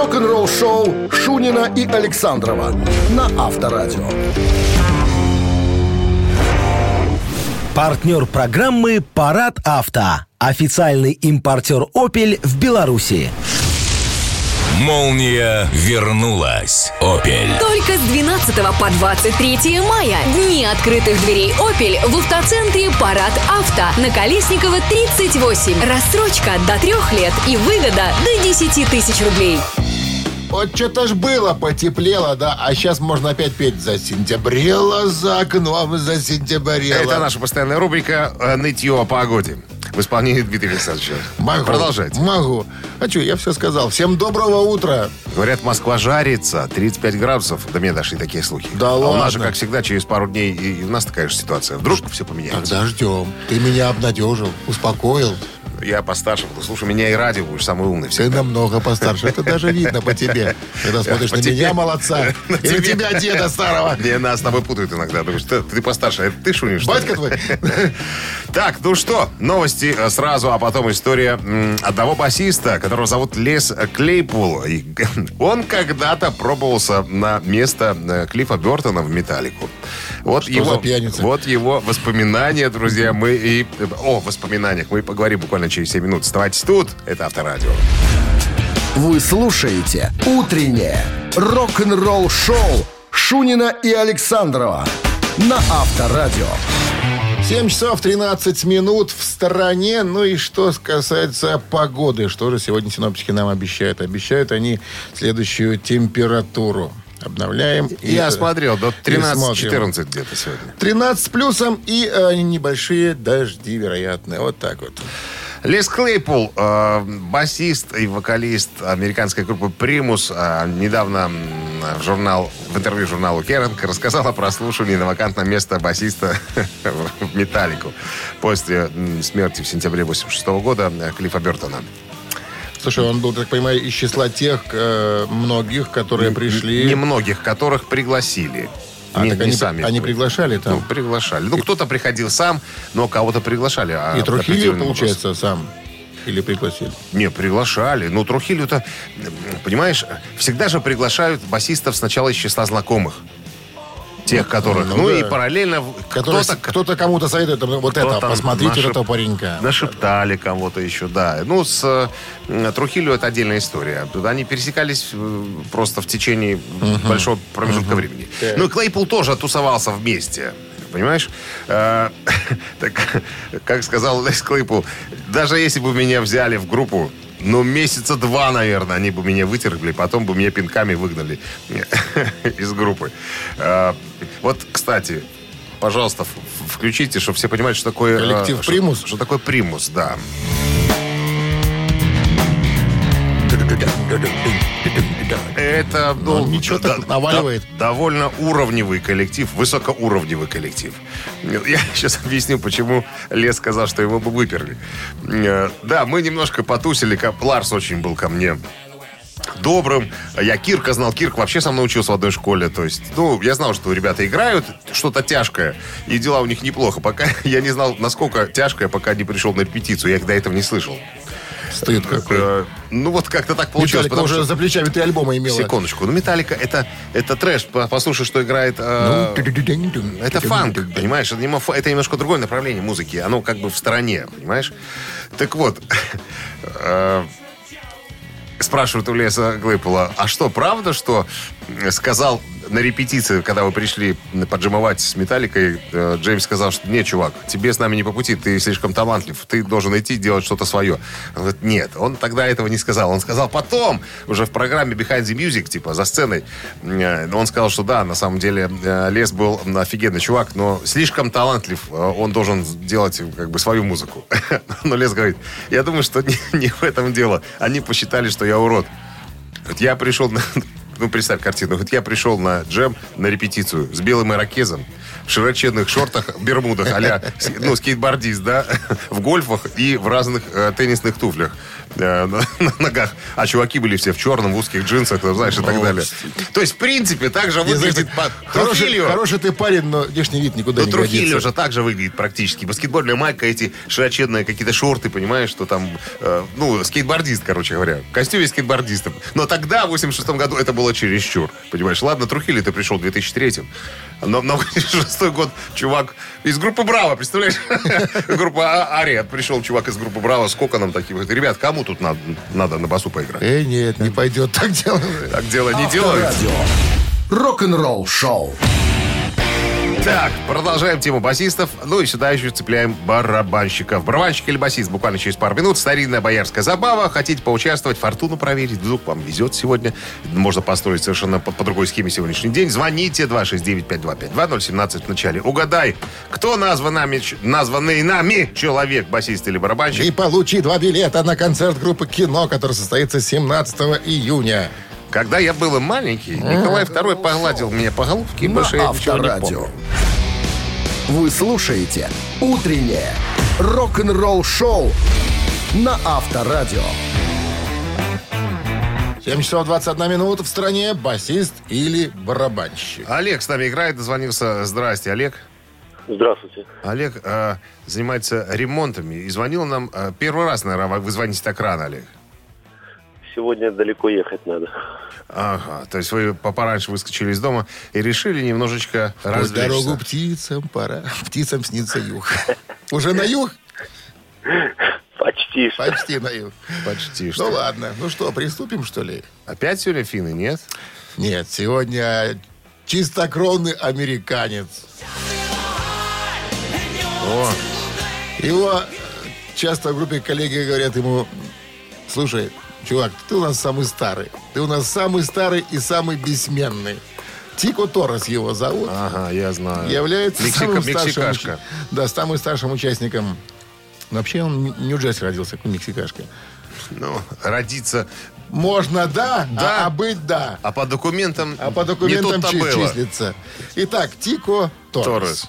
Рок-н-ролл-шоу Шунина и Александрова на Авторадио. Партнер программы «Парад авто». Официальный импортер «Опель» в Беларуси. Молния вернулась. «Опель». Только с 12 по 23 мая. Дни открытых дверей «Опель» в автоцентре «Парад авто». На Колесникова, 38. Рассрочка до 3 лет и выгода до 10 тысяч рублей. Вот что-то ж было, потеплело, да? А сейчас можно опять петь «Засентябрело за окном, засентябрело». Это наша постоянная рубрика «Нытье о погоде». В исполнении Дмитрия Александровича. Могу. Продолжайте. Могу. А что, я все сказал. Всем доброго утра. Говорят, Москва жарится, 35 градусов. До меня дошли такие слухи. Да ладно. У нас же, как всегда, через пару дней и у нас такая же ситуация. Вдруг все поменяется. Тогда ждем. Ты меня обнадежил, успокоил. Я постарше буду. Слушай, меня и радио будешь самый умный всегда. Ты намного постарше. Это даже видно по тебе. Когда смотришь на меня, молодца. И на тебя, деда старого. Не, нас с тобой путают иногда. Думаешь, ты постарше, а это ты шунишь? Батька твой. Так, ну что, новости сразу, а потом история одного басиста, которого зовут Les Claypool. Он когда-то пробовался на место Клиффа Бёртона в «Металлику». Вот Что за пьяница? Вот его воспоминания, друзья. О воспоминаниях мы поговорим буквально через 7 минут. Оставайтесь тут. Это Авторадио. Вы слушаете «Утреннее рок-н-ролл-шоу» Шунина и Александрова на Авторадио. 7 часов 13 минут в стороне. Ну и что касается погоды. Что же сегодня синоптики нам обещают? Обещают они следующую температуру. Обновляем. Я смотрел, до 13-14 где-то сегодня. 13 с плюсом и небольшие дожди, вероятно. Вот так вот. Les Claypool, басист и вокалист американской группы Primus, недавно в интервью журналу Kerrang рассказал о прослушивании на вакантное место басиста в «Металлику» после смерти в сентябре 1986 года Клиффа Бёртона. Слушай, он был, так понимаю, из числа тех многих, которые пришли... Немногих, которых пригласили. Они приглашали там? Ну, приглашали. Ну, кто-то приходил сам, но кого-то приглашали. И Трухилью, получается, сам? Или пригласили? Не, приглашали. Ну, Трухилью-то, понимаешь, всегда же приглашают басистов сначала из числа знакомых. Тех, которых... Ну, да. И параллельно... Кто-то кому-то советует, вот это, посмотрите вот этого паренька. Нашептали кого-то еще, да. Ну, с Трухилью это отдельная история. Они пересекались просто в течение большого промежутка времени. Ну, и Клейпул тоже тусовался вместе. Понимаешь? Так, как сказал Лес Клейпул, даже если бы меня взяли в группу, ну, месяца 2, наверное, они бы меня вытергли, потом бы меня пинками выгнали из группы. Вот, кстати, пожалуйста, включите, чтобы все понимали, что такое... Коллектив «Примус»? Что такое «Примус», да. Это, ничего так наваливает. Довольно уровневый коллектив, высокоуровневый коллектив. Я сейчас объясню, почему Лес сказал, что его бы выперли. Да, мы немножко потусили. Ларс очень был ко мне добрым. Я Кирка знал. Кирк вообще сам научился в одной школе. То есть, я знал, что ребята играют что-то тяжкое, и дела у них неплохо. Пока я не знал, насколько тяжкое, пока не пришел на репетицию. Я до этого не слышал. Стыд какой. Вот как-то так получилось. Металлика уже за плечами 3 альбома имела. Секундочку. Металлика это трэш. Послушай, что играет. Это фанк, понимаешь? Это немножко другое направление музыки. Оно как бы в стороне, понимаешь? Так вот. Спрашивают у Леса Клейпула, а что, правда, что сказал на репетиции, когда вы пришли поджимовать с Металликой, Джеймс сказал, что нет, чувак, тебе с нами не по пути, ты слишком талантлив, ты должен идти делать что-то свое. Он говорит, нет, он тогда этого не сказал. Он сказал потом, уже в программе Behind the Music, типа за сценой, он сказал, что да, на самом деле Лес был офигенный чувак, но слишком талантлив, он должен делать как бы свою музыку. Но Лес говорит, я думаю, что не в этом дело. Они посчитали, что я урод. Я пришел на... представь картину. Я пришел на джем, на репетицию с белым ирокезом, в широченных шортах, бермудах, а-ля, скейтбордист, да, в гольфах и в разных теннисных туфлях. на ногах, а чуваки были все в черном, в узких джинсах, знаешь, и так далее. То есть, в принципе, так же выглядит Трухильо. Хороший ты парень, но внешний вид никуда не годится. Трухильо же так же выглядит практически. Баскетбольная майка, эти широченные какие-то шорты, понимаешь, что там, скейтбордист, короче говоря. В костюме скейтбордиста. Но тогда, в 86 году, это было чересчур. Понимаешь, ладно, Трухильо ты пришел в 2003-м. Но в 86-й год чувак из группы «Браво», представляешь? Группа «Ария». Пришел чувак из группы «Браво» с коконом таким. Говорит, ребят, кому тут надо на басу поиграть? Нет, не пойдет так дело. Так дело не делают. Рок-н-ролл шоу. Так, продолжаем тему басистов. Ну и сюда еще цепляем барабанщиков. Барабанщик или басист буквально через пару минут. Старинная боярская забава. Хотите поучаствовать, фортуну проверить? Вдруг вам везет сегодня. Можно построить совершенно по другой схеме сегодняшний день. Звоните 269-5252-017 в начале. Угадай, кто названный нами человек, басист или барабанщик. И получи 2 билета на концерт группы «Кино», который состоится 17 июня. Когда я был маленький, Николай II погладил меня по головке, и больше я ничего не помню. Вы слушаете «Утреннее рок-н-ролл-шоу» на Авторадио. 7 часов 21 минута в стране. Басист или барабанщик? Олег с нами играет, дозвонился. Здрасте, Олег. Здравствуйте. Олег занимается ремонтами и звонил нам первый раз, наверное. Вы звоните так рано, Олег. Сегодня далеко ехать надо. Ага, то есть вы пораньше выскочили из дома и решили немножечко развлечься. Дорогу птицам пора, птицам снится юг. Уже на юг? Почти что. Почти на юг. Почти что. Ну ладно, ну что, приступим, что ли? Опять сегодня финны, нет? Нет, сегодня чистокровный американец. О, Его часто в группе коллеги говорят ему: слушай, чувак, ты у нас самый старый. Ты у нас самый старый и самый бессменный. Тико Торрес его зовут. ага, я знаю. Является самым старшим, мексикашка. самым старшим участником. Вообще он в Нью-Джерси родился, как мексикашка. Ну, родиться... Можно, да, Да. а быть, да. А по документам... А по документам не тут-то было. числится. Итак, Тико Торрес. Торрес.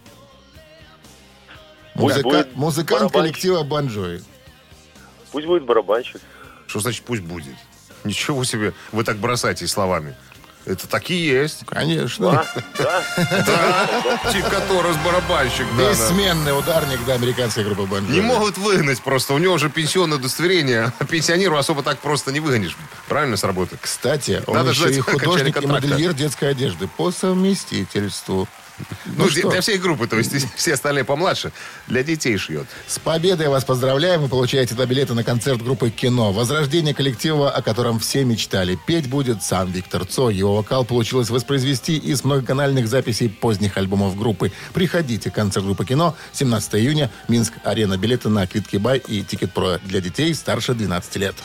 Пусть будет Музыкант барабанщик. коллектива Bon Jovi. Пусть будет барабанщик. Что значит пусть будет? Ничего себе, вы так бросаетесь словами. Это так и есть. Конечно. Да? Да, Тико Торрес барабанщик, да. Бессменный ударник, да, американской группы Bon Jovi. Не могут выгнать просто. У него уже пенсионное удостоверение. А пенсионеру особо так просто не выгонишь. Правильно, с работы? Кстати, он Надо еще ждать и окончания художник, и контракта. модельер детской одежды по совместительству. Ну, что? для всей группы, то есть все остальные помладше. Для детей шьет. С победой вас поздравляем. Вы получаете 2 билета на концерт группы «Кино». Возрождение коллектива, о котором все мечтали. Петь будет сам Виктор Цой. Его вокал получилось воспроизвести из многоканальных записей поздних альбомов группы. Приходите. Концерт группы «Кино». 17 июня. Минск-арена. Билеты на Квитки Бай и Тикет Про для детей старше 12 лет.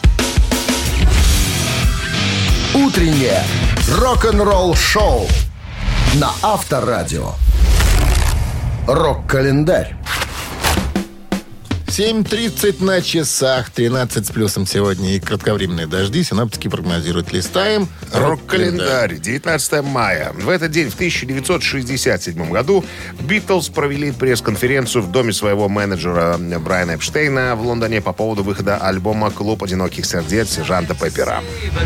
Утреннее рок-н-ролл-шоу на Авторадио. Рок-календарь. 7:30 на часах, 13 с плюсом сегодня и кратковременные дожди. Синоптики прогнозируют. Листаем. Рок-календарь. 19 мая. В этот день, в 1967 году, Битлз провели пресс-конференцию в доме своего менеджера Брайана Эпштейна в Лондоне по поводу выхода альбома «Клуб одиноких сердец» сержанта Пеппера.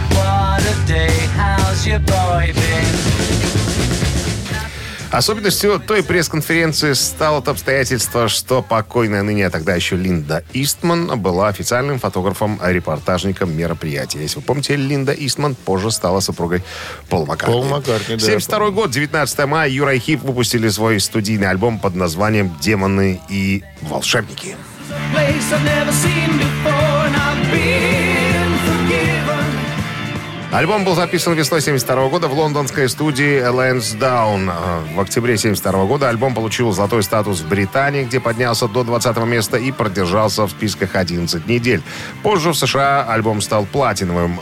Особенностью той пресс-конференции стало то обстоятельство, что покойная ныне, а тогда еще Линда Истман была официальным фотографом-репортажником мероприятия. Если вы помните, Линда Истман позже стала супругой Пола Маккартни. Пол Маккартни, да. 72 год, 19 мая, Юра и Хип выпустили свой студийный альбом под названием «Демоны и волшебники». Альбом был записан весной 1972 года в лондонской студии Lansdowne. В октябре 1972 года альбом получил золотой статус в Британии, где поднялся до 20 места и продержался в списках 11 недель. Позже в США альбом стал платиновым.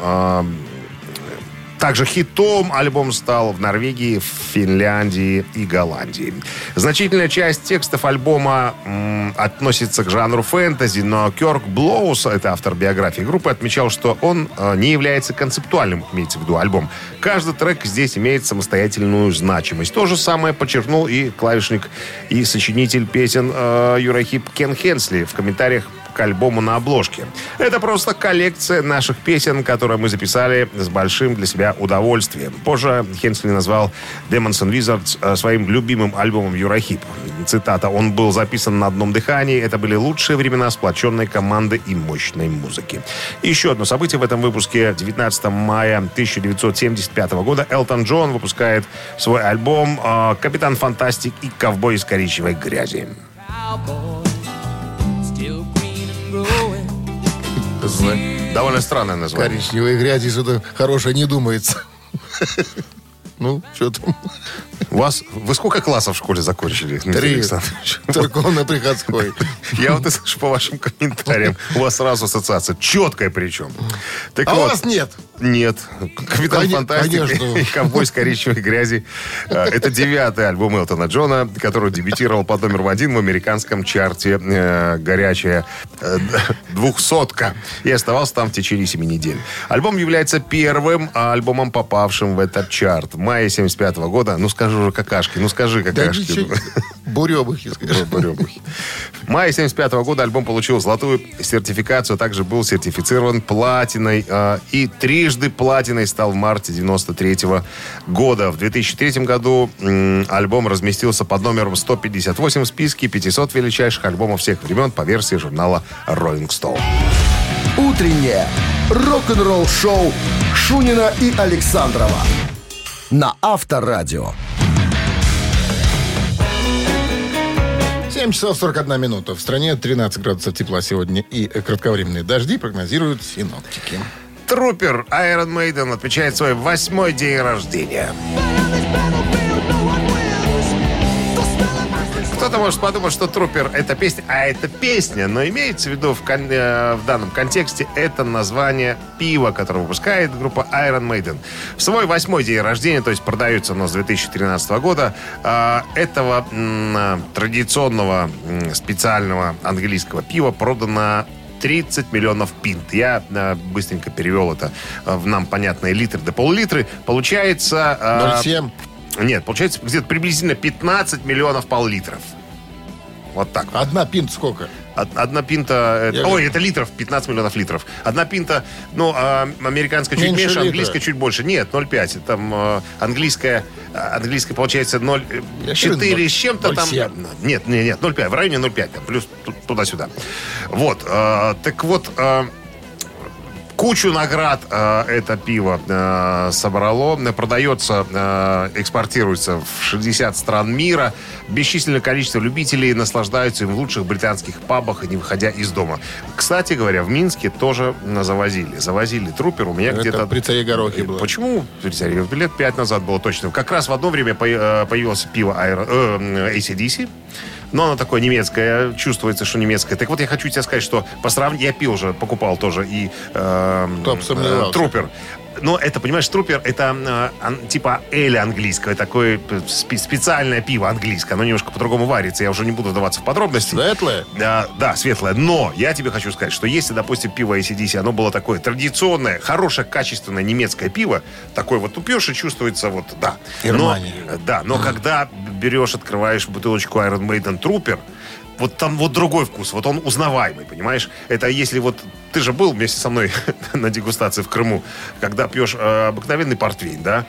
Также хитом альбом стал в Норвегии, в Финляндии и Голландии. Значительная часть текстов альбома относится к жанру фэнтези, но Кёрк Блоус, это автор биографии группы, отмечал, что он не является концептуальным, имеется в виду альбом. Каждый трек здесь имеет самостоятельную значимость. То же самое подчеркнул и клавишник, и сочинитель песен Юра Хип Кен Хенсли в комментариях к альбому на обложке. Это просто коллекция наших песен, которые мы записали с большим для себя удовольствием. Позже Хенсли назвал Demons and Wizards своим любимым альбомом Юрахип. Цитата: «Он был записан на одном дыхании. Это были лучшие времена сплоченной команды и мощной музыки». Еще одно событие в этом выпуске. 19 мая 1975 года Элтон Джон выпускает свой альбом «Капитан Фантастик и ковбой из коричневой грязи». Довольно странное название. Коричневой грязи что-то хорошее не думается. Ну, что там? Вы сколько классов в школе закончили? 3. Церковно-приходской. Я вот и слышу по вашим комментариям. У вас сразу ассоциация. Четкая причем. Так а вот, у вас нет? Нет. «Капитан Фантастик» и «Ковбой из коричневой грязи». Это 9-й альбом Элтона Джона, который дебютировал под номером 1 в американском чарте «Горячая 200-ка» и оставался там в течение 7 недель. Альбом является первым альбомом, попавшим в этот чарт. В мае 1975 года, ну скажи уже какашки, ну скажи какашки. Буребухи, скажи. Буребухи. В мае 1975 года альбом получил золотую сертификацию, также был сертифицирован платиной и трижды платиной стал в марте 1993 года. В 2003 году альбом разместился под номером 158 в списке 500 величайших альбомов всех времен по версии журнала Rolling Stone. Утреннее рок-н-ролл-шоу Шунина и Александрова на Авторадио. 7 часов 41 минута. В стране 13 градусов тепла сегодня и кратковременные дожди прогнозируют синоптики. Трупер Iron Maiden отмечает свой 8-й день рождения. Кто-то может подумать, что Трупер — это песня, а это песня, но имеется в виду в данном контексте это название пива, которое выпускает группа Iron Maiden. В свой 8-й день рождения, то есть продается оно с 2013 года, этого традиционного специального английского пива продано 30 миллионов пинт. Я быстренько перевел это в нам понятные литры до пол-литры. Получается... 0,7? Нет, получается где-то приблизительно 15 миллионов пол-литров. Вот так. Одна пинта сколько? Одна пинта... это литров, 15 миллионов литров. Одна пинта, американская чуть меньше, английская чуть больше. Нет, 0,5. Там английская получается 0,4 с чем-то там. Нет, 0,5. В районе 0,5. Плюс туда-сюда. Вот. Так вот... Кучу наград это пиво собрало. Продается, экспортируется в 60 стран мира. Бесчисленное количество любителей наслаждаются им в лучших британских пабах, не выходя из дома. Кстати говоря, в Минске тоже завозили. Завозили Трупер. У меня это где-то... при царе Горохе было. Почему? Лет 5 назад было точно. Как раз в одно время появилось пиво AC/DC. Но оно такое немецкое, чувствуется, что немецкое. Так вот, я хочу тебе сказать, что по сравнению... Я пил уже, покупал тоже и Трупер. Но это, понимаешь, Трупер, это типа эля английского, такое специальное пиво английское. Оно немножко по-другому варится, я уже не буду вдаваться в подробности. Светлое? Да, светлое. Но я тебе хочу сказать, что если, допустим, пиво AC/DC, оно было такое традиционное, хорошее, качественное немецкое пиво, такое вот пьешь и чувствуется вот, да. Германия. Но когда берешь, открываешь бутылочку Iron Maiden Trooper, вот там вот другой вкус, вот он узнаваемый, понимаешь? Это если вот... Ты же был вместе со мной на дегустации в Крыму, когда пьешь обыкновенный портвейн, да?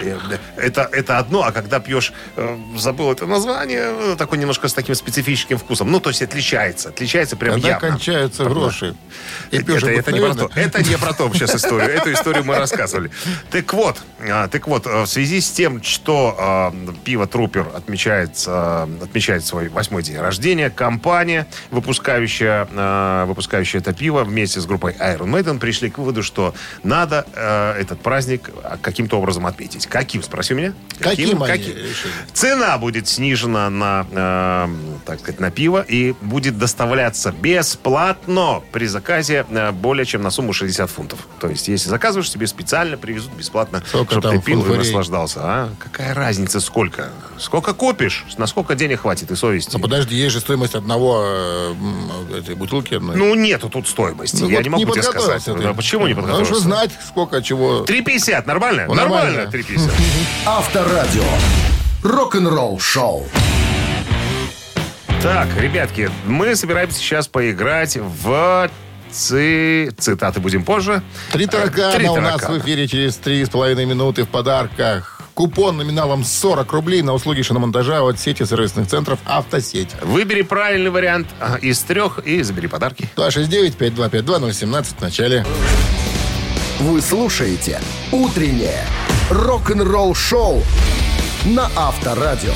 Это одно, а когда пьешь, забыл это название, такой немножко с таким специфическим вкусом. Ну, то есть отличается прям когда явно. Когда кончаются гроши. И пьешь это не про то. Это не про то сейчас историю. Эту историю мы рассказывали. Так вот, в связи с тем, что пиво Трупер отмечает свой 8-й день рождения, компания, выпускающая это пиво вместе с группой Iron Maiden, пришли к выводу, что надо этот праздник каким-то образом отметить. Каким? Спроси меня. Каким? Цена будет снижена на, так сказать, на пиво и будет доставляться бесплатно при заказе более чем на сумму 60 фунтов. То есть, если заказываешь, тебе специально привезут бесплатно, чтобы ты пил и наслаждался. Какая разница, сколько? Сколько копишь? На сколько денег хватит и совести? Ну, подожди, есть же стоимость одного этой бутылки одной. Ну, нету тут стоимости. Я не могу тебе сказать. Почему не подготовился? Нужно знать, сколько чего. 3,50. Нормально? Нормально. 3,50. Авторадио. Рок-н-ролл шоу. Так, ребятки, мы собираемся сейчас поиграть в цитаты будем позже. 3 таракана у нас в эфире через 3,5 минуты. В подарках купон номиналом 40 рублей на услуги шиномонтажа от сети сервисных центров «Автосеть». Выбери правильный вариант из 3 и забери подарки. 269-5252-017 в начале. Вы слушаете «Утреннее рок-н-ролл-шоу» на Авторадио.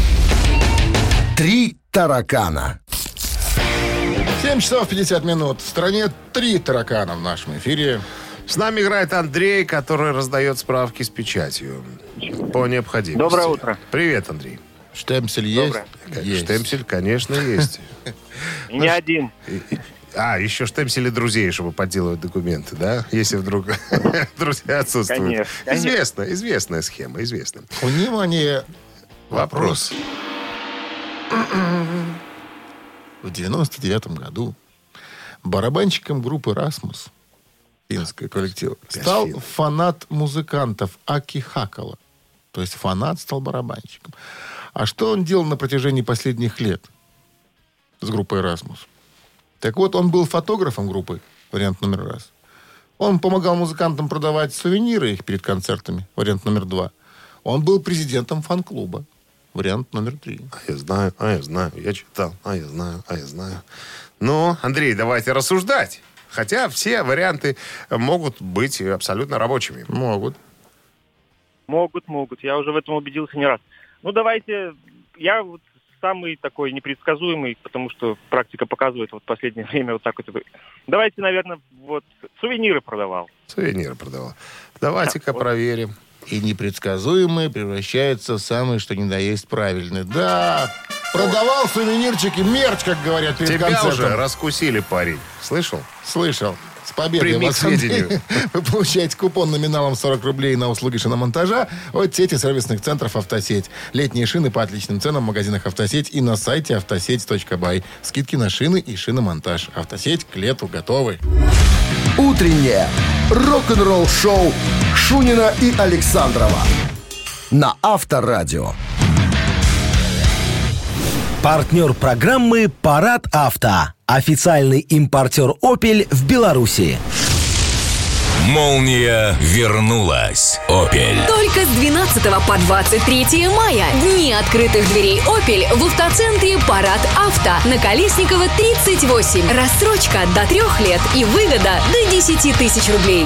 3 таракана. 7 часов 50 минут. В стране 3 таракана в нашем эфире. С нами играет Андрей, который раздает справки с печатью. По необходимости. Доброе утро. Привет, Андрей. Штемпель есть? Есть. Штемпель, конечно, есть. И не один. Еще штемпели друзей, чтобы подделывать документы, да? Если вдруг друзья отсутствуют. Конечно. Известная схема, известная. Внимание, Вопрос. В 99-м году барабанщиком группы «Расмус», финского коллектива, стал фанат музыкантов Аки Хакала. То есть фанат стал барабанщиком. А что он делал на протяжении последних лет с группой «Расмус»? Так вот, он был фотографом группы, вариант номер 1. Он помогал музыкантам продавать сувениры их перед концертами, вариант номер 2. Он был президентом фан-клуба, вариант номер 3. Я знаю, я читал, я знаю. Ну, Андрей, давайте рассуждать. Хотя все варианты могут быть абсолютно рабочими. Могут. Могут. Я уже в этом убедился не раз. Ну, давайте... Я вот самый такой непредсказуемый, потому что практика показывает вот в последнее время вот так вот. Давайте, наверное, вот сувениры продавал. Давайте-ка проверим. И непредсказуемые превращаются в самые, что ни на есть, правильные. Да, продавал сувенирчики, мерч, как говорят, перед Тебя концертом. уже раскусили, парень. Слышал? Слышал. С победой Прими вас, к сведению. Андрей. Вы получаете купон номиналом 40 рублей на услуги шиномонтажа от сети сервисных центров «Автосеть». Летние шины по отличным ценам в магазинах «Автосеть» и на сайте автосеть.бай. Скидки на шины и шиномонтаж. «Автосеть» к лету готовы. Утреннее рок-н-ролл-шоу Шунина и Александрова на Авторадио. Партнер программы «Парад авто». Официальный импортер «Опель» в Беларуси. Молния вернулась. Опель. Только с 12 по 23 мая. Дни открытых дверей «Опель» в автоцентре «Парад авто» на Колесникова, 38. Рассрочка до 3 лет и выгода до 10 тысяч рублей.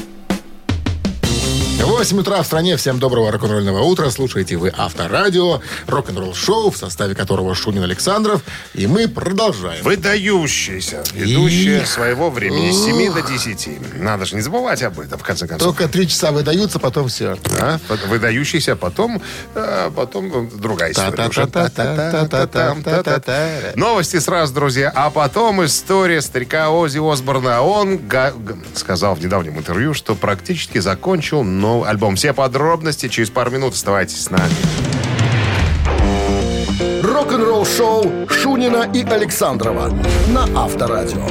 8 утра в стране. Всем доброго рок-н-ролльного утра. Слушаете вы Авторадио, рок-н-ролл-шоу, в составе которого Шунин Александров. И мы продолжаем. Выдающаяся, ведущая своего времени с 7 до 10. Надо же не забывать об этом, в конце концов. Только 3 часа выдаются, потом все. Да? Выдающийся, потом другая история. Новости сразу, друзья. А потом история старика Оззи Осборна. Он сказал в недавнем интервью, что практически закончил новый альбом. Все подробности через пару минут. Оставайтесь с нами. Рок-н-ролл-шоу Шунина и Александрова на Авторадио.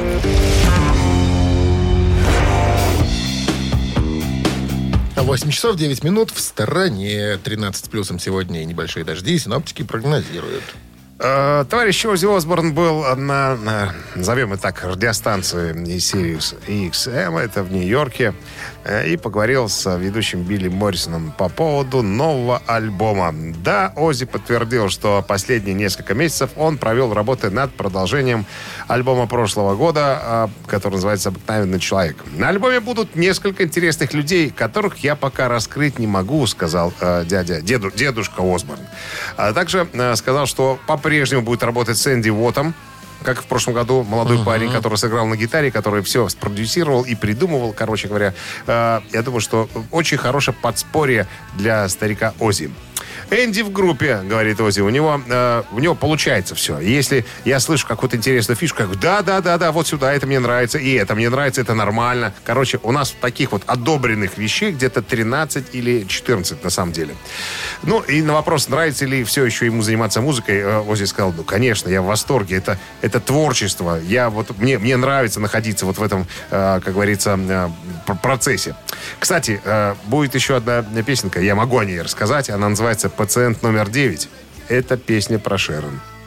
8 часов 9 минут в стороне. 13 плюсом сегодня и небольшие дожди. Синоптики прогнозируют. Товарищ Оззи Осборн был на, назовем это так, радиостанции Sirius XM, это в Нью-Йорке, и поговорил с ведущим Билли Моррисоном по поводу нового альбома. Да, Оззи подтвердил, что последние несколько месяцев он провел работы над продолжением альбома прошлого года, который называется «Обыкновенный человек». На альбоме будут несколько интересных людей, которых я пока раскрыть не могу, сказал дедушка Осборн. А также сказал, что по-прежнему будет работать с Энди Уоттом, как в прошлом году, молодой парень, который сыграл на гитаре, который все спродюсировал и придумывал, короче говоря. Я думаю, что очень хорошее подспорье для старика Оззи. Энди в группе, говорит Оззи, у него получается все. Если я слышу какую-то интересную фишку, я говорю, да, вот сюда, это мне нравится, и это мне нравится, это нормально. Короче, у нас таких вот одобренных вещей где-то 13 или 14 на самом деле. Ну, и на вопрос, нравится ли все еще ему заниматься музыкой, Оззи сказал, ну, конечно, я в восторге, это творчество. Мне нравится находиться вот в этом, как говорится, процессе. Кстати, будет еще одна песенка, я могу о ней рассказать, она называется «Пациент номер 9». Это песня про Шерон.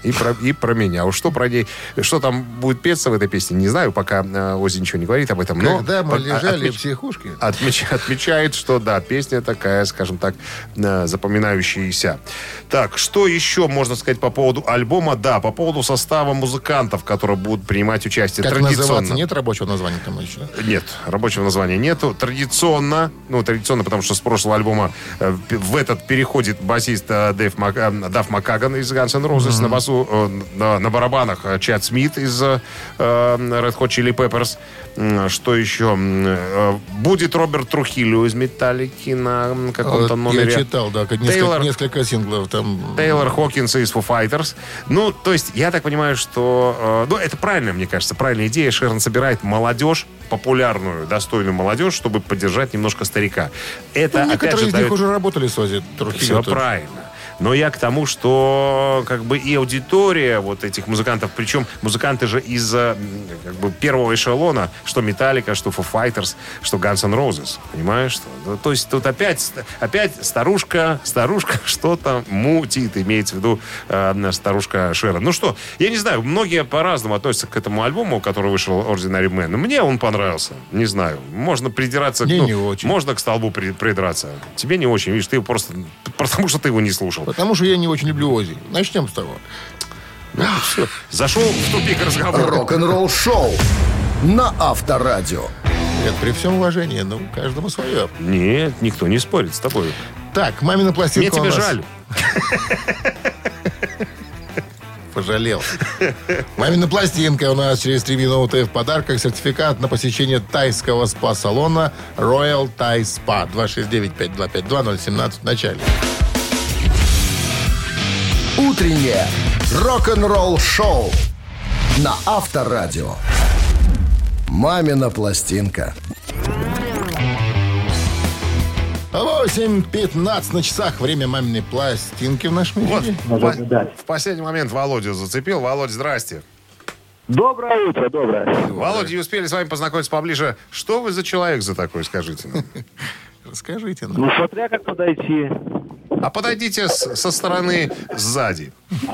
И про меня. Уж что про ней, что там будет петься в этой песне, не знаю, пока Оззи ничего не говорит об этом. Но когда мы лежали в психушке. Отмечает, что да, песня такая, скажем так, запоминающаяся. Так, что еще можно сказать по поводу альбома? Да, по поводу состава музыкантов, которые будут принимать участие. Как традиционно. называться? Нет рабочего названия там еще? Нет, рабочего названия нету. Традиционно, потому что с прошлого альбома в этот переходит басист Даф Маккаган из Guns N' Roses, на басу, на барабанах Чад Смит из Red Hot Chili Peppers. Что еще? Будет Роберт Трухильо из Металлики на каком-то номере. Я читал, да, несколько синглов там. Тейлор Хокинс из Foo Fighters. Ну, то есть, я так понимаю, что... это правильно, мне кажется, правильная идея. Шерон собирает молодежь, популярную, достойную молодежь, чтобы поддержать немножко старика. Это, некоторые из них уже работали с Оззи Трухильо. Все правильно. Но я к тому, что как бы и аудитория вот этих музыкантов, причем музыканты же из как бы первого эшелона, что Metallica, что Foo Fighters, что Guns N' Roses, понимаешь? Что? Ну, то есть тут опять старушка что-то мутит, имеется в виду старушка Шерон. Ну что, я не знаю, многие по-разному относятся к этому альбому, который вышел Ordinary Man. Мне он понравился, не знаю. Можно придираться, не очень. Можно к столбу придраться. Тебе не очень, видишь, ты просто потому что ты его не слушал. Потому что я не очень люблю Оззи. Начнем с того. Все. Зашел в тупик разговор. Рок-н-ролл шоу на Авторадио. Нет, при всем уважении, каждому свое. Нет, никто не спорит с тобой. Так, мамина пластинка. Мне тебя жаль. Пожалел. Мамина пластинка у нас через 3 минуты в подарках. Сертификат на посещение тайского спа-салона Royal Thai Spa. 269-5252-017 в начале. Утреннее рок-н-ролл шоу на Авторадио. Мамина пластинка. 8:15 на часах. Время маминой пластинки в нашем эфире. В последний момент Володю зацепил. Володь, здрасте. Доброе утро, доброе. Володя, успели с вами познакомиться поближе. Что вы за человек за такой, скажите нам? Расскажите нам. Ну, смотря как подойти. А подойдите со стороны сзади.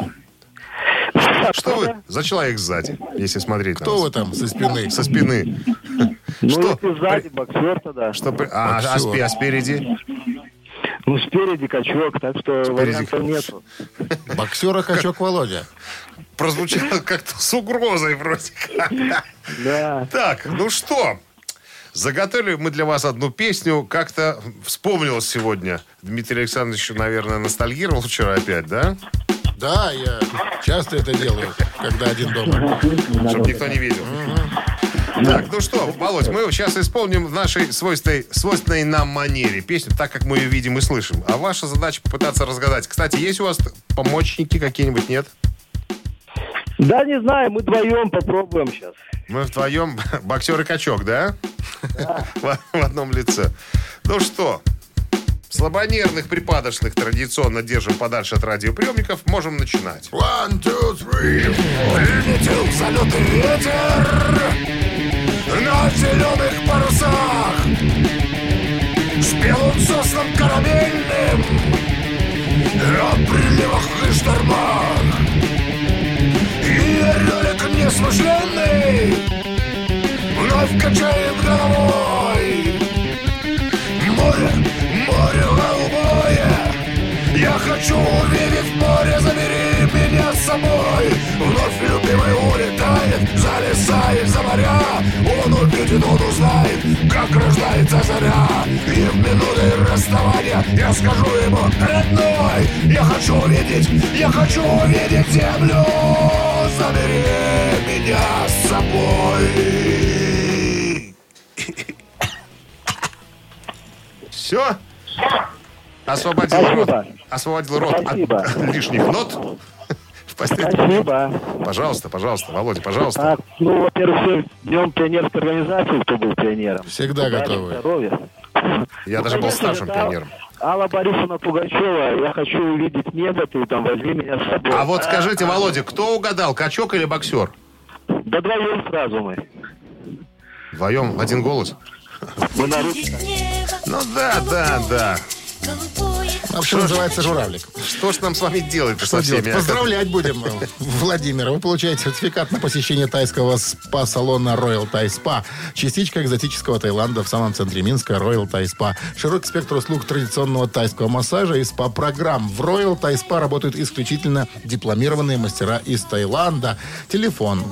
Что вы за человек сзади, если смотреть на вас? Кто вы там со спины? Со спины. Ну, Что? если сзади, боксер тогда. А спереди? Ну, спереди качок, так что вариантов нету. Боксера качок Володя. Прозвучало как-то с угрозой вроде как. Да. Так, ну что... Заготовили мы для вас одну песню. Как-то вспомнилось сегодня. Дмитрий Александрович, наверное, ностальгировал вчера опять, да? Да, я часто это делаю, когда один дома. Чтобы никто не видел. Так, ну что, Володь, мы сейчас исполним в нашей свойственной нам манере песню, так как мы ее видим и слышим. А ваша задача попытаться разгадать. Кстати, есть у вас помощники какие-нибудь, нет? Да, не знаю, мы вдвоем попробуем сейчас. Мы вдвоем боксер и качок, да? Да. В одном лице. Ну что, слабонервных, припадочных традиционно держим подальше от радиоприемников. Можем начинать. 1, 2, 3. Прилетел в залетный ветер на зеленых парусах. Спел он соснам карамельным о приливах и штормах. И орелик несмышленный вновь качает головой. Море голубое, я хочу увидеть море, забери меня с собой. Вновь любимый улетает за леса и за моря. Он увидит, он узнает, как рождается заря. И в минуты расставания я скажу ему: родной, я хочу увидеть землю. Забери меня с собой. Все? Освободил рот от лишних нот. Спасибо. Пожалуйста, Володя, пожалуйста. Так, ну, во-первых, всем днем пионерской организации, кто был пионером. Всегда готовы. Здоровья. Я даже был старшим пионером. Алла Борисовна Пугачева, я хочу увидеть небо, ты там возьми меня с собой. А вот скажите, Володя, кто угадал, качок или боксер? Да вдвоем сразу мы. Вдвоем в один голос? Мы на руки. Ну да. Вообще называется журавлик. Что ж нам с вами делать? Что делать? Поздравлять будем Владимира. Вы получаете сертификат на посещение тайского спа-салона Royal Thai Spa. Частичка экзотического Таиланда в самом центре Минска. Royal Thai Spa. Широкий спектр услуг традиционного тайского массажа и спа-программ. В Royal Thai Spa работают исключительно дипломированные мастера из Таиланда. Телефон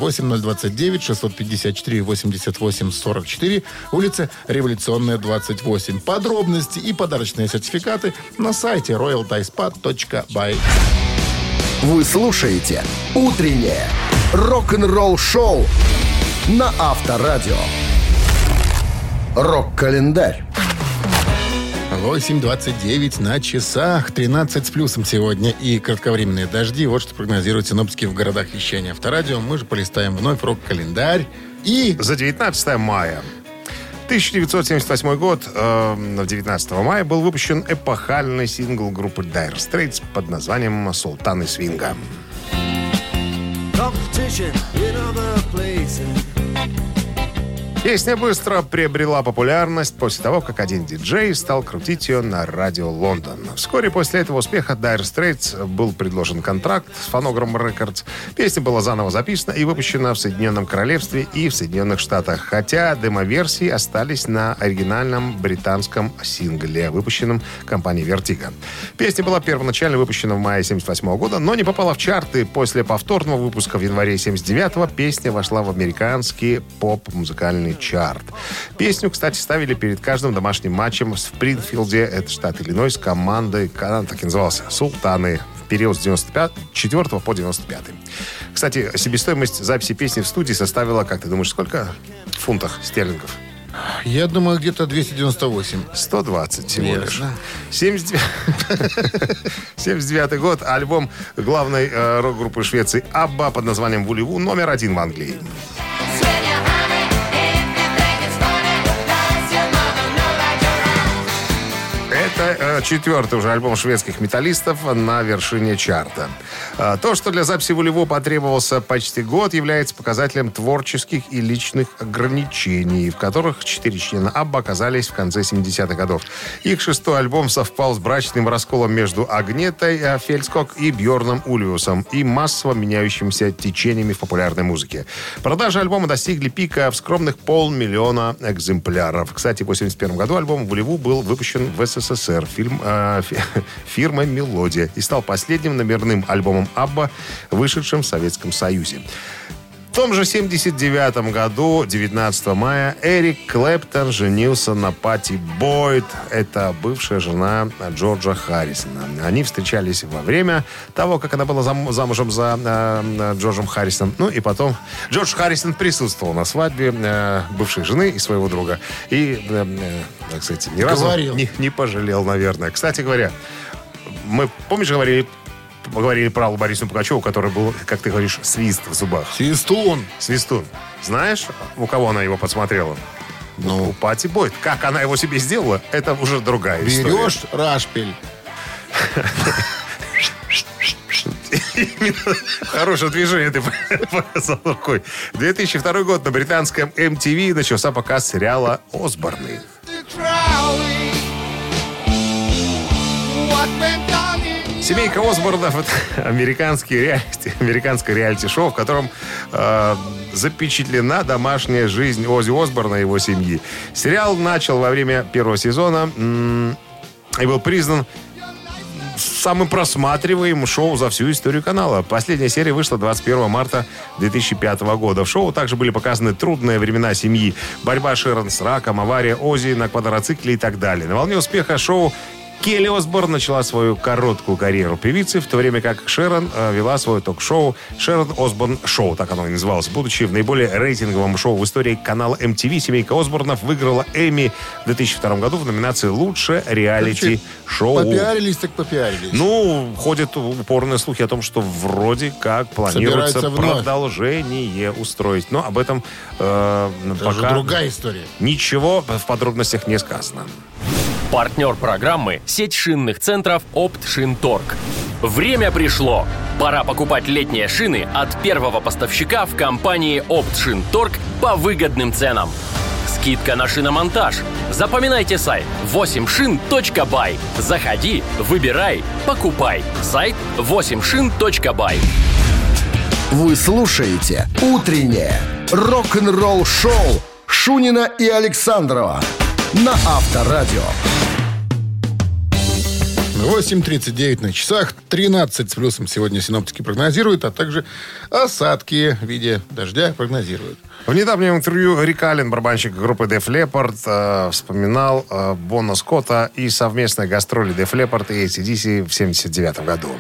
8029-654-88-44. Улица Революционная, 28. Подробности и подарочные сертификаты на сайте royalthaispa.by. Вы слушаете «Утреннее рок-н-ролл-шоу» на Авторадио. Рок-календарь. 8:29 на часах, 13 с плюсом сегодня и кратковременные дожди. Вот что прогнозируют синоптики в городах вещания Авторадио. Мы же полистаем вновь рок-календарь. И за 19 мая. 1978 год, 19 мая, был выпущен эпохальный сингл группы Dire Straits под названием «Султаны свинга». Песня быстро приобрела популярность после того, как один диджей стал крутить ее на радио Лондон. Вскоре после этого успеха Dire Straits был предложен контракт с Phonogram Records. Песня была заново записана и выпущена в Соединенном Королевстве и в Соединенных Штатах, хотя демо-версии остались на оригинальном британском сингле, выпущенном компанией Vertigo. Песня была первоначально выпущена в мае 1978 года, но не попала в чарты. После повторного выпуска в январе 1979-го песня вошла в американский поп-музыкальный чарт. Песню, кстати, ставили перед каждым домашним матчем в Спрингфилде, это штат Иллинойс, командой, она так и называлась, «Султаны», в период с 94 по 95. Кстати, себестоимость записи песни в студии составила, как ты думаешь, сколько в фунтах стерлингов? Я думаю, где-то 298. 120 всего лишь. 79 год. Альбом главной рок-группы Швеции ABBA под названием «Вулеву» номер 1 в Англии. Это четвертый уже альбом шведских металлистов на вершине чарта. То, что для записи «Вулеву» потребовался почти год, является показателем творческих и личных ограничений, в которых 4 члена ABBA оказались в конце 70-х годов. Их шестой альбом совпал с брачным расколом между Агнетой Фельдскок и Бьорном Ульвиусом и массово меняющимися течениями в популярной музыке. Продажи альбома достигли пика в скромных 500 000 экземпляров. Кстати, в 1981 году альбом «Вулеву» был выпущен в СССР фирмой «Мелодия» и стал последним номерным альбомом ABBA, вышедшим в Советском Союзе. В том же 1979 году, 19 мая, Эрик Клэптон женился на Патти Бойд. Это бывшая жена Джорджа Харрисона. Они встречались во время того, как она была замужем за Джорджем Харрисоном. Ну и потом Джордж Харрисон присутствовал на свадьбе бывшей жены и своего друга. И, так сказать, ни разу не пожалел, наверное. Кстати говоря, мы, помнишь, говорили про Аллу Борисовну Пугачеву, который был, как ты говоришь, свист в зубах. Свистун. Знаешь, у кого она его подсмотрела? У Патти Бойд. Как она его себе сделала, это уже другая история. Берешь рашпиль. Хорошее движение ты показал рукой. 2002 год на британском MTV начался показ сериала «Осборны». Семейка Осборнов — это американское реалити-шоу, в котором запечатлена домашняя жизнь Оззи Осборна и его семьи. Сериал начал во время первого сезона и был признан самым просматриваемым шоу за всю историю канала. Последняя серия вышла 21 марта 2005 года. В шоу также были показаны трудные времена семьи, борьба Шерон с раком, авария Оззи на квадроцикле и так далее. На волне успеха шоу Келли Осборн начала свою короткую карьеру певицы, в то время как Шерон вела свое ток-шоу «Шерон Осборн Шоу», так оно и называлось. Будучи в наиболее рейтинговом шоу в истории канала MTV, семейка Осборнов выиграла Эмми в 2002 году в номинации «Лучшее реалити-шоу». Попиарились так попиарились. Ну, ходят упорные слухи о том, что вроде как планируется продолжение устроить. Но об этом пока другая история. Ничего в подробностях не сказано. Партнер программы – сеть шинных центров «Опт-Шинторг». Время пришло! Пора покупать летние шины от первого поставщика в компании «Опт-Шинторг» по выгодным ценам. скидка на шиномонтаж. Запоминайте сайт 8shin.by. Заходи, выбирай, покупай. Сайт 8shin.by. Вы слушаете «Утреннее рок-н-ролл-шоу» Шунина и Александрова на Авторадио. 8:39 на часах, 13 с плюсом сегодня синоптики прогнозируют, а также осадки в виде дождя прогнозируют. В недавнем интервью Рик Аллен, барабанщик группы Def Leppard, вспоминал Бона Скотта и совместные гастроли Def Leppard и AC/DC в 1979 году.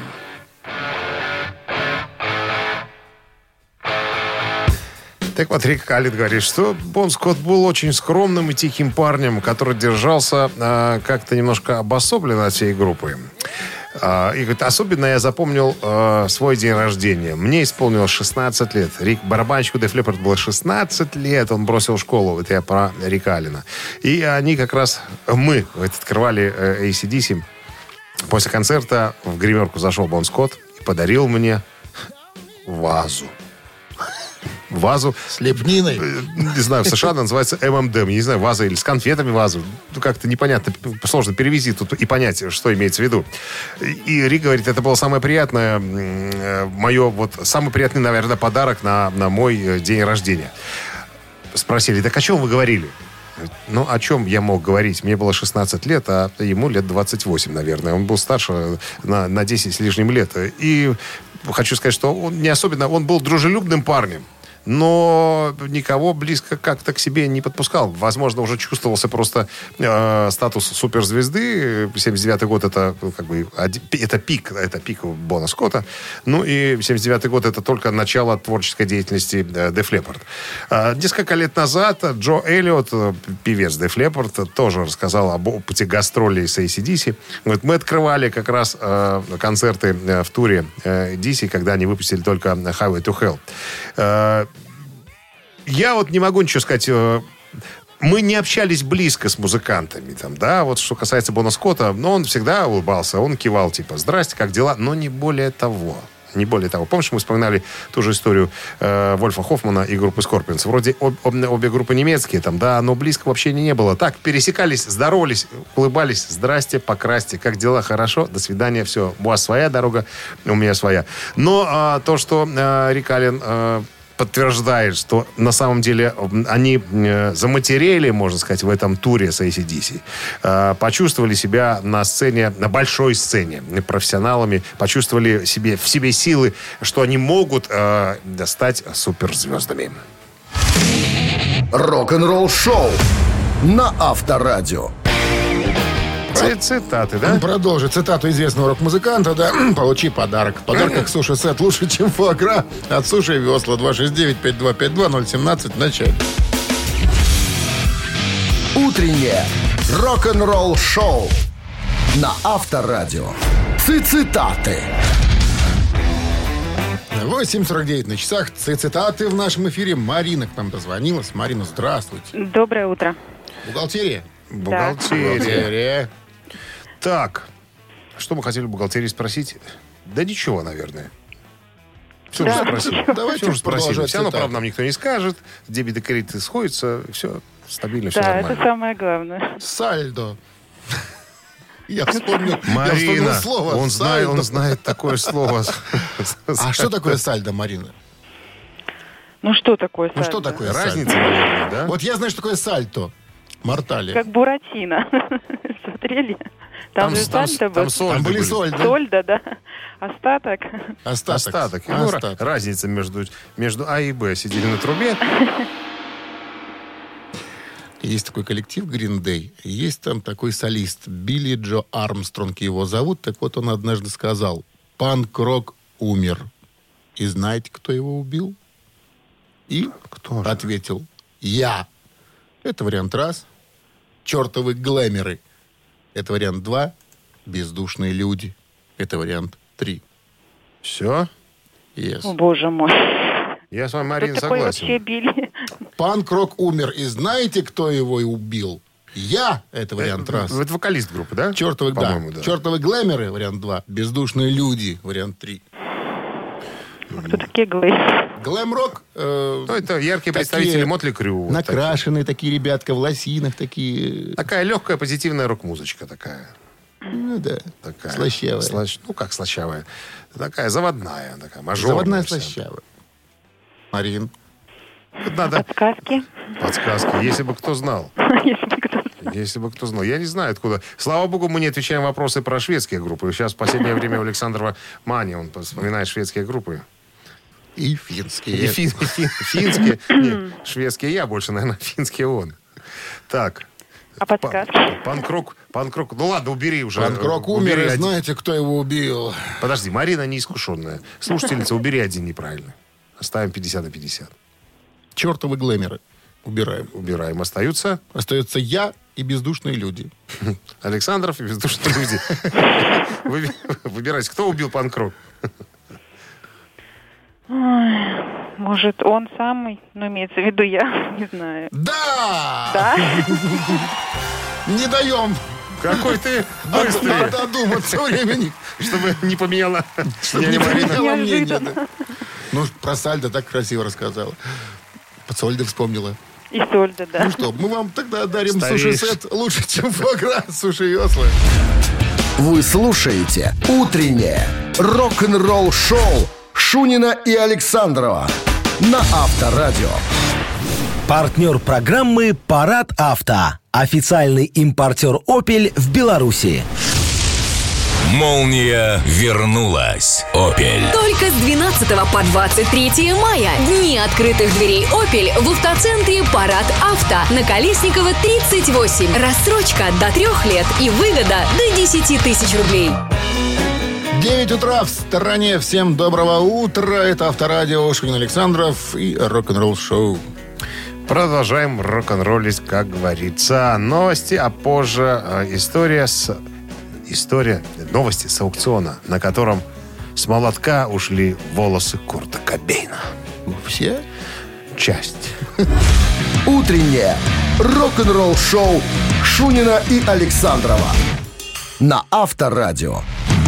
Так вот, Рик Аллен говорит, что Бон Скотт был очень скромным и тихим парнем, который держался как-то немножко обособленно от всей группы. И говорит, особенно я запомнил свой день рождения. Мне исполнилось 16 лет. Барабанщику Def Leppard было 16 лет. Он бросил школу. Это я про Рика Аллена. И они как раз, мы открывали AC/DC. После концерта в гримерку зашел Бон Скотт и подарил мне вазу. Вазу. С лепниной? Не знаю, в США она называется M&M. Не знаю, ваза или с конфетами вазу. Ну, как-то непонятно. Сложно перевести тут и понять, что имеется в виду. И Рик говорит, это было самое приятное, самый приятный, наверное, подарок на мой день рождения. Спросили, так о чем вы говорили? Ну, о чем я мог говорить? Мне было 16 лет, а ему лет 28, наверное. Он был старше на 10 с лишним лет. И хочу сказать, что он не особенно... Он был дружелюбным парнем, но никого близко как-то к себе не подпускал. Возможно, уже чувствовался просто статус суперзвезды. 79-й год это пик Бона Скотта. Ну и 79-й год это только начало творческой деятельности Def Leppard. Несколько лет назад Джо Эллиот, певец Def Leppard, тоже рассказал об опыте гастролей с AC/DC. Говорит, мы открывали как раз концерты в туре DC, когда они выпустили только Highway to Hell. Я вот не могу ничего сказать. Мы не общались близко с музыкантами. Вот что касается Бона Скотта, но он всегда улыбался, он кивал, типа, здрасте, как дела? Но не более того. Не более того. Помнишь, мы вспоминали ту же историю Вольфа Хоффмана и группы Scorpions. Вроде обе группы немецкие, но близко в общении не было. Так, пересекались, здоровались, улыбались. Здрасте, покрасьте. Как дела? Хорошо? До свидания. Все. У вас своя дорога, у меня своя. Но то, что Рик Аллен подтверждает, что на самом деле они заматерели, можно сказать, в этом туре с AC/DC. Почувствовали себя на сцене, на большой сцене, профессионалами, почувствовали в себе силы, что они могут стать суперзвездами. Рок-н-ролл шоу на Авторадио. Цитаты, да? Продолжи цитату известного рок-музыканта, да? Получи подарок. В подарках суши-сет лучше, чем фуагра. От Суши Весла 269-5252-017 в начале. Утреннее рок-н-ролл шоу на Авторадио. Цитаты. 8:49 на часах. Цитаты в нашем эфире. Марина к нам дозвонилась. Марина, здравствуйте. Доброе утро. Бухгалтерия? Бухгалтерия. Так, что мы хотели в бухгалтерии спросить? Да ничего, наверное. Все же спросили. Давайте все спросили. Все равно, правда, нам никто не скажет. Дебет и кредит сходятся. Все стабильно, все нормально. Да, это самое главное. Сальдо. Я вспомнил Марина, слово. Он знает такое слово. А что такое сальдо, Марина? Ну, что такое сальдо? Что такое разница, наверное, да? Вот я знаю, что такое сальто. Мортали. Как Буратино. Смотрели? Там же сальдо был. Там были соль, да? Сольдо, да. Остаток. Остаток. Разница между А и Б. Сидели на трубе. Есть такой коллектив Green Day. Есть там такой солист Билли Джо Армстронг его зовут. Так вот он однажды сказал: панк-рок умер. И знаете, кто его убил? И кто же? Ответил: я. Это вариант раз. Чертовы глэмеры. Это вариант 2. Бездушные люди. Это вариант 3. Все? Yes. О, боже мой. Я с вами, Марина, Кто такой согласен. вообще Билли? Панк-рок умер. И знаете, кто его убил? Я. Это вариант раз. Это вокалист группы, да? Чертовы, по-моему, да. Чертовы глэмеры. Вариант 2. Бездушные люди. Вариант 3. Кто такие глэмеры? Глэм-рок. Это яркие представители Мотли Крю. Накрашенные такие ребятка, в лосинах такие. Такая легкая, позитивная рок-музычка такая. Ну да, такая, слащавая. Как слащавая? Такая заводная, такая мажорная. Заводная слащавая. Марин. Тут надо... Подсказки. Подсказки. Если бы кто знал. Если бы кто знал. Я не знаю, откуда. Слава богу, мы не отвечаем вопросы про шведские группы. Сейчас в последнее время у Александрова мания. Он вспоминает шведские группы. И финские. И финские. Нет, шведские я больше, наверное, финские он. Так. А подсказки? Панк-рок. Ну ладно, убери уже. Панк-рок умер, и знаете, кто его убил? Подожди, Марина неискушенная. Слушательница, убери один неправильно. Оставим 50/50. Чертовы глэмеры. Убираем. Остаются я и бездушные люди. Александров и бездушные люди. Выбирайте, кто убил панк-рок? Может, он самый, но имеется в виду я, не знаю. Да! Да? Не даем. Какой ты быстрый. Надо додуматься времени. Чтобы не поменяла. Чтобы не поменяла мнение. Ну, про Сальдо так красиво рассказала. Сольда вспомнила. И Сольда, да. Ну что, мы вам тогда дарим суши-сет лучше, чем фуагра суши-весла. Вы слушаете «Утреннее рок-н-ролл-шоу» Шунина и Александрова на Авторадио. Партнер программы «Парад авто». Официальный импортер «Опель» в Беларуси. Молния вернулась. «Опель». Только с 12 по 23 мая. Дни открытых дверей «Опель» в автоцентре «Парад авто» на Колесникова, 38. Рассрочка до 3 лет и выгода до 10 тысяч рублей. 9 утра в стороне. Всем доброго утра. Это Авторадио, Шунин, Александров и рок-н-ролл шоу. Продолжаем рок-н-роллить, как говорится. Новости, а позже новости с аукциона, на котором с молотка ушли волосы Курта Кобейна. Все? Часть. Утреннее рок-н-ролл-шоу Шунина и Александрова на Авторадио.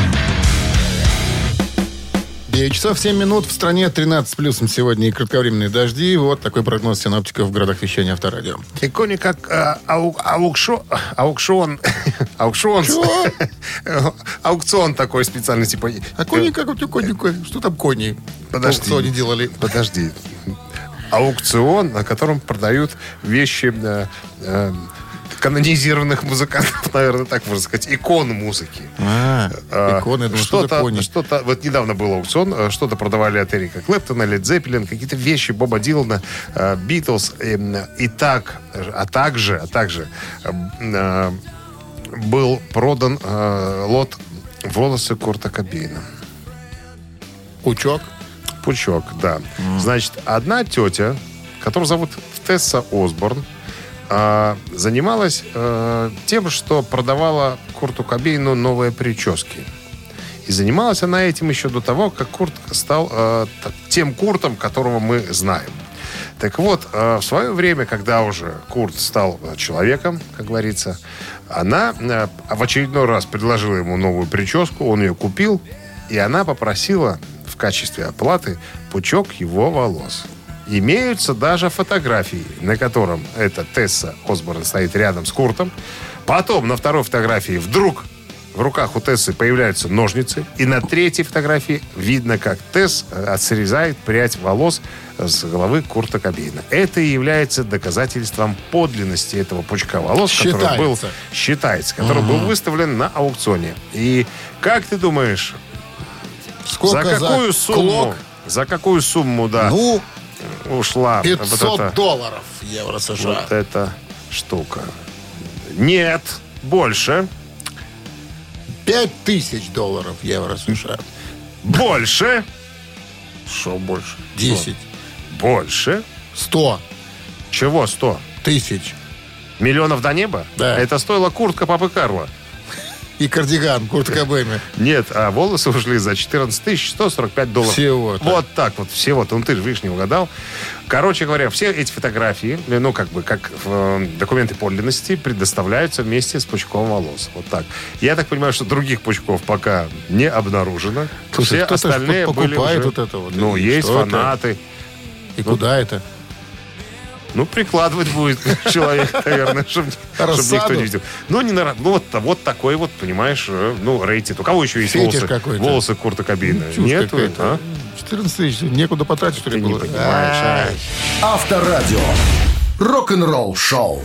9 часов 7 минут. В стране 13 плюсом сегодня и кратковременные дожди. Вот такой прогноз синоптиков в городах вещания Авторадио. И кони как аукцион. Аукцион такой специальный, типа. А кони как у тебя кони? Что там кони? Подожди. Что они делали? Подожди. Аукцион, на котором продают вещи канонизированных музыкантов, наверное, так можно сказать, икон музыки. Иконы, что-то, вот недавно был аукцион, что-то продавали от Эрика Клэптона, Лед Зеппелин, какие-то вещи Боба Дилана, Битлз, а также был продан лот волосы Курта Кобейна. Пучок, да. Значит, одна тетя, которую зовут Тесса Осборн, занималась тем, что продавала Курту Кобейну новые прически. И занималась она этим еще до того, как Курт стал тем Куртом, которого мы знаем. Так вот, в свое время, когда уже Курт стал человеком, как говорится, она в очередной раз предложила ему новую прическу, он ее купил, и она попросила в качестве оплаты пучок его волос. Имеются даже фотографии, на котором эта Тесса Осборн стоит рядом с Куртом. Потом на второй фотографии вдруг в руках у Тессы появляются ножницы. И на третьей фотографии видно, как Тесс срезает прядь волос с головы Курта Кобейна. Это и является доказательством подлинности этого пучка волос, который был выставлен на аукционе. И как ты думаешь, за какую сумму, да, ушла $500 евро США. Вот эта штука. Нет, больше. $5000 евро США. Больше. Что больше? 10. Больше. 100. Чего 100? Тысяч. Миллионов до неба? Да. Это стоила куртка Папы Карла. И кардиган Курта Кобейна. Нет, а волосы ушли за $14 145. Всего-то. Вот так вот, всего-то. Ну, ты же, видишь, не угадал. Короче говоря, все эти фотографии, ну, как документы подлинности, предоставляются вместе с пучком волос. Вот так. Я так понимаю, что других пучков пока не обнаружено. Слушай, все остальные были уже... вот это вот. Ну, есть фанаты. И куда это? Ну, прикладывать будет человек, наверное, чтобы никто не видел. Ну, не на... ну вот такой вот, понимаешь, рейтинг. У кого еще есть волосы Курта Кобейна? Нету. 14 тысяч. Некуда потратить, что ли, было? Ты не понимаешь. Авторадио. Рок-н-ролл шоу.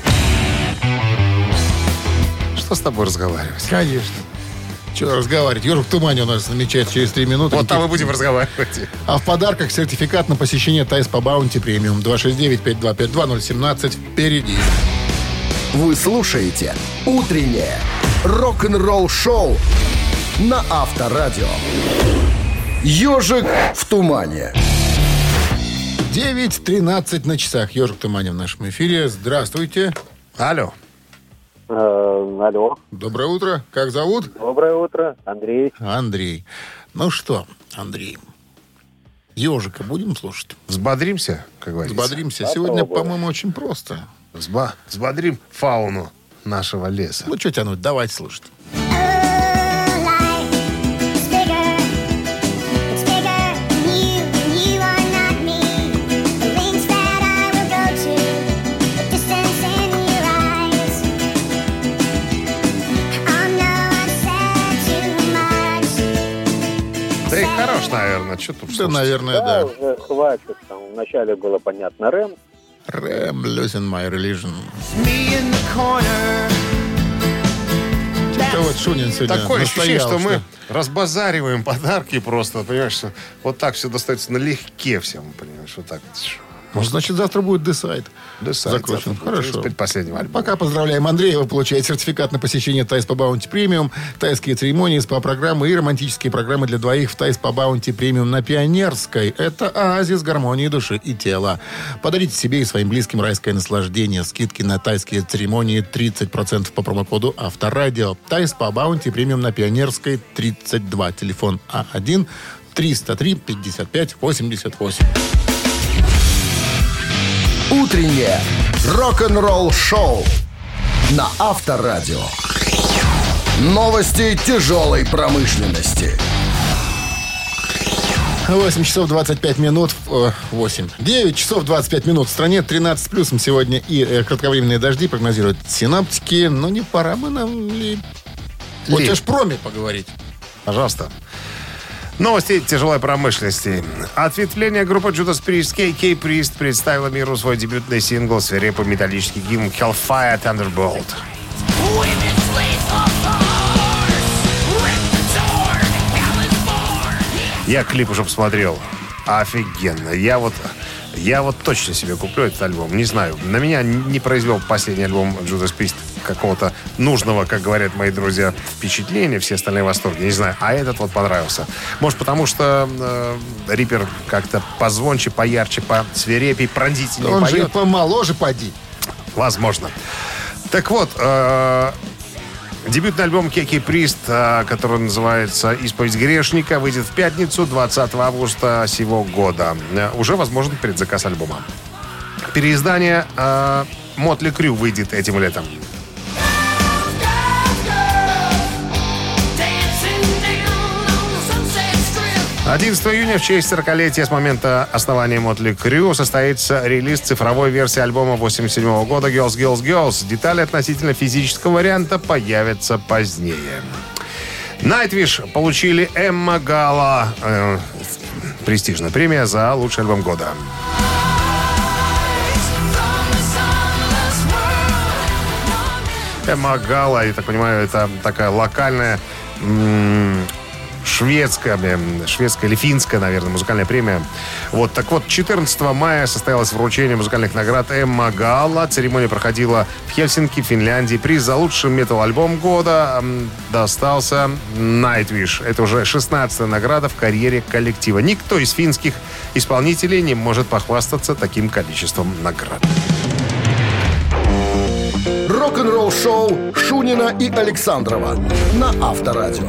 Что с тобой разговаривать? Конечно. Что разговаривать? «Ежик в тумане» у нас намечается через 3 минуты. Вот там и будем разговаривать. А в подарках сертификат на посещение Тайс по Баунти Премиум. 269-5252-017 впереди. Вы слушаете «Утреннее рок-н-ролл-шоу» на Авторадио. «Ежик в тумане». 9:13 на часах. «Ежик в тумане» в нашем эфире. Здравствуйте. Алло. Алло. Доброе утро. Как зовут? Доброе утро. Андрей. Андрей. Ну что, Андрей, «Ежика» будем слушать? Взбодримся, как говорится. Взбодримся. Сегодня, по-моему, очень просто. Взбодрим фауну нашего леса. Ну, что тянуть? Давайте слушать. Да и хорош, наверное. Что тут? Да, наверное, да. Уже хватит. Там вначале было понятно. Рэм. Рэм, Losing My Religion. Это вот Шунин сегодня такое ощущение, настоял, что мы разбазариваем подарки просто, понимаешь, что вот так все достается налегке всем, понимаешь, вот так. Может, значит, завтра будет Decide. Закручен. Хорошо. Предпоследнего альбома. Пока поздравляем Андрея. Вы получаете сертификат на посещение Тайс по Баунти Премиум, тайские церемонии, СПА-программы и романтические программы для двоих в Тайс по Баунти Премиум на Пионерской. Это оазис гармонии души и тела. Подарите себе и своим близким райское наслаждение. Скидки на тайские церемонии 30% по промокоду Авторадио. Тайс по Баунти Премиум на Пионерской 32. Телефон А1 303 55 88. Утреннее рок-н-ролл-шоу на Авторадио. Новости тяжелой промышленности. 8 часов 25 минут. 9 часов 25 минут. В стране 13 с плюсом сегодня и кратковременные дожди прогнозируют синаптики. Но не пора бы нам ли о тяжпроме поговорить? Пожалуйста. Новости тяжелой промышленности. Ответвление группы Judas Priest KK Priest представила миру свой дебютный сингл свирепый металлический гимн Hellfire Thunderbolt. Я клип уже посмотрел. Офигенно. Я вот точно себе куплю этот альбом. Не знаю. На меня не произвел последний альбом Judas Priest какого-то нужного, как говорят мои друзья, впечатления. Все остальные в восторге. Не знаю. А этот вот понравился. Может, потому что Риппер как-то позвонче, поярче, посвирепей, пронзительнее он поет. же помоложе поди. Возможно. Так вот, дебютный альбом KK Priest, который называется «Исповедь грешника», выйдет в пятницу, 20 августа сего года. Уже возможен предзаказ альбома. Переиздание Motley Crue выйдет этим летом. 11 июня в честь 40-летия с момента основания Motley Crue состоится релиз цифровой версии альбома 1987 года «Girls, Girls, Girls». Детали относительно физического варианта появятся позднее. Nightwish получили Эмма Гала. Престижная премия за лучший альбом года. Эмма Гала, я так понимаю, это такая локальная... шведская или финская, наверное, музыкальная премия. Вот, так вот, 14 мая состоялось вручение музыкальных наград Эмма Гала. Церемония проходила в Хельсинки, Финляндии. Приз за лучший метал-альбом года достался Nightwish. Это уже 16-я награда в карьере коллектива. Никто из финских исполнителей не может похвастаться таким количеством наград. Рок-н-ролл-шоу Шунина и Александрова на Авторадио.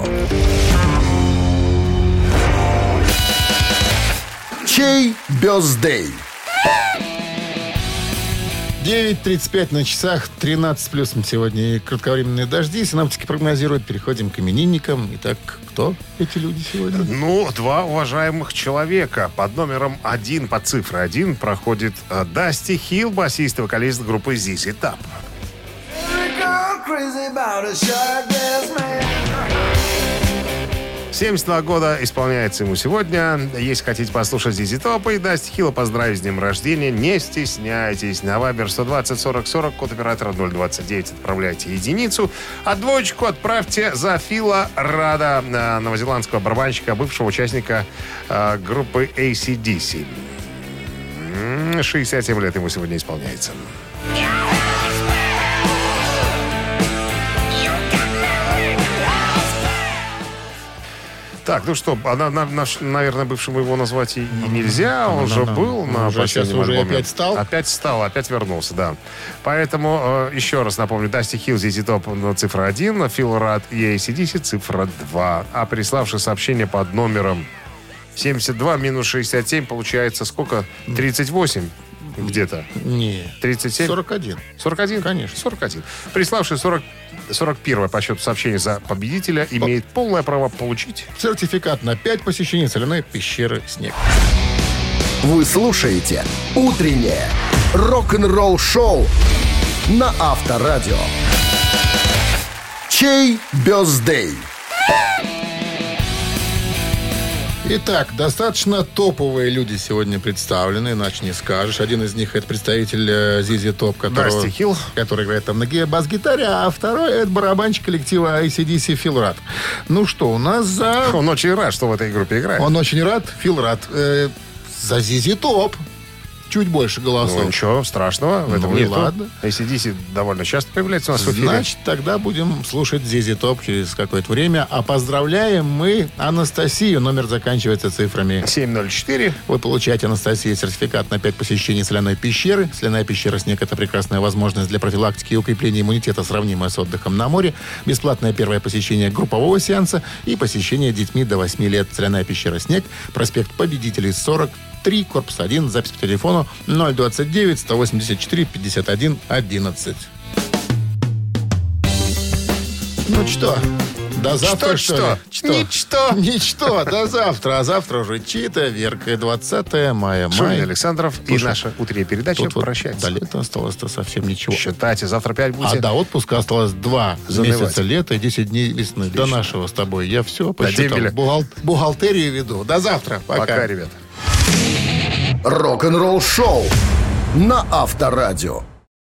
Чей бёздей? 9:35 на часах, 13 плюсом сегодня и кратковременные дожди. Синоптики прогнозируют. Переходим к именинникам. Итак, кто эти люди сегодня? Ну, два уважаемых человека. Под номером 1, под цифрой 1 проходит Дасти Хилл, басист и вокалист группы ZZ Top. 72 года исполняется ему сегодня. Если хотите послушать ZZ Top и Дасти Хилла, поздравить с днем рождения, не стесняйтесь. На Viber 120 40 40, код оператора 029, отправляйте единицу. А двоечку отправьте за Фила Рада, новозеландского барабанщика, бывшего участника группы AC/DC. 67 лет ему сегодня исполняется. Так, ну что, наверное, бывшим его назвать и нельзя. Он же был на последнем альбоме. Опять стал? Опять вернулся, да. Поэтому еще раз напомню, Дасти Хилл, ZZ Top, цифра 1, Фил Рад и AC/DC, цифра 2. А приславший сообщение под номером 72 минус 67, получается сколько? 38 где-то? Не. 37? 41. 41? Конечно. 41. Приславший 41 по счету сообщение за победителя имеет полное право получить сертификат на 5 посещений соляной пещеры «Снег». Вы слушаете «Утреннее рок-н-ролл-шоу» на Авторадио. Чей бёздей? Итак, достаточно топовые люди сегодня представлены, иначе не скажешь. Один из них — это представитель ZZ Top, который играет там на бас-гитаре, а второй — это барабанщик коллектива AC/DC Фил Рад. Ну что, у нас за... Он очень рад, что в этой группе играет. Он очень рад, Фил Рад. За ZZ Top. Чуть больше голосов. Ну, ничего страшного в этом нет. Ладно. AC/DC довольно часто появляется у нас в эфире. Значит, тогда будем слушать ZZ Top через какое-то время. А поздравляем мы Анастасию. Номер заканчивается цифрами 704. Вы получаете, Анастасия, сертификат на 5 посещений соляной пещеры. Соляная пещера «Снег» — это прекрасная возможность для профилактики и укрепления иммунитета, сравнимая с отдыхом на море. Бесплатное первое посещение группового сеанса и посещение детьми до 8 лет. Соляная пещера «Снег», проспект Победителей, 43, корпус 1, запись по телефону 029 184 51 11. Ну что, до завтра, что ли? Ничто, до завтра. А завтра уже чьи-то Верка, 20 мая. Шунин Александров. Слушай, и наша утренняя передача прощается. До лета осталось-то совсем ничего. Считайте, завтра 5 будете. А до отпуска осталось 2 месяца лета и 10 дней весны. Отлично. До нашего с тобой. Я все посчитал. Бухгалтерию веду. До завтра. Пока, ребята. Рок-н-ролл шоу на Авторадио.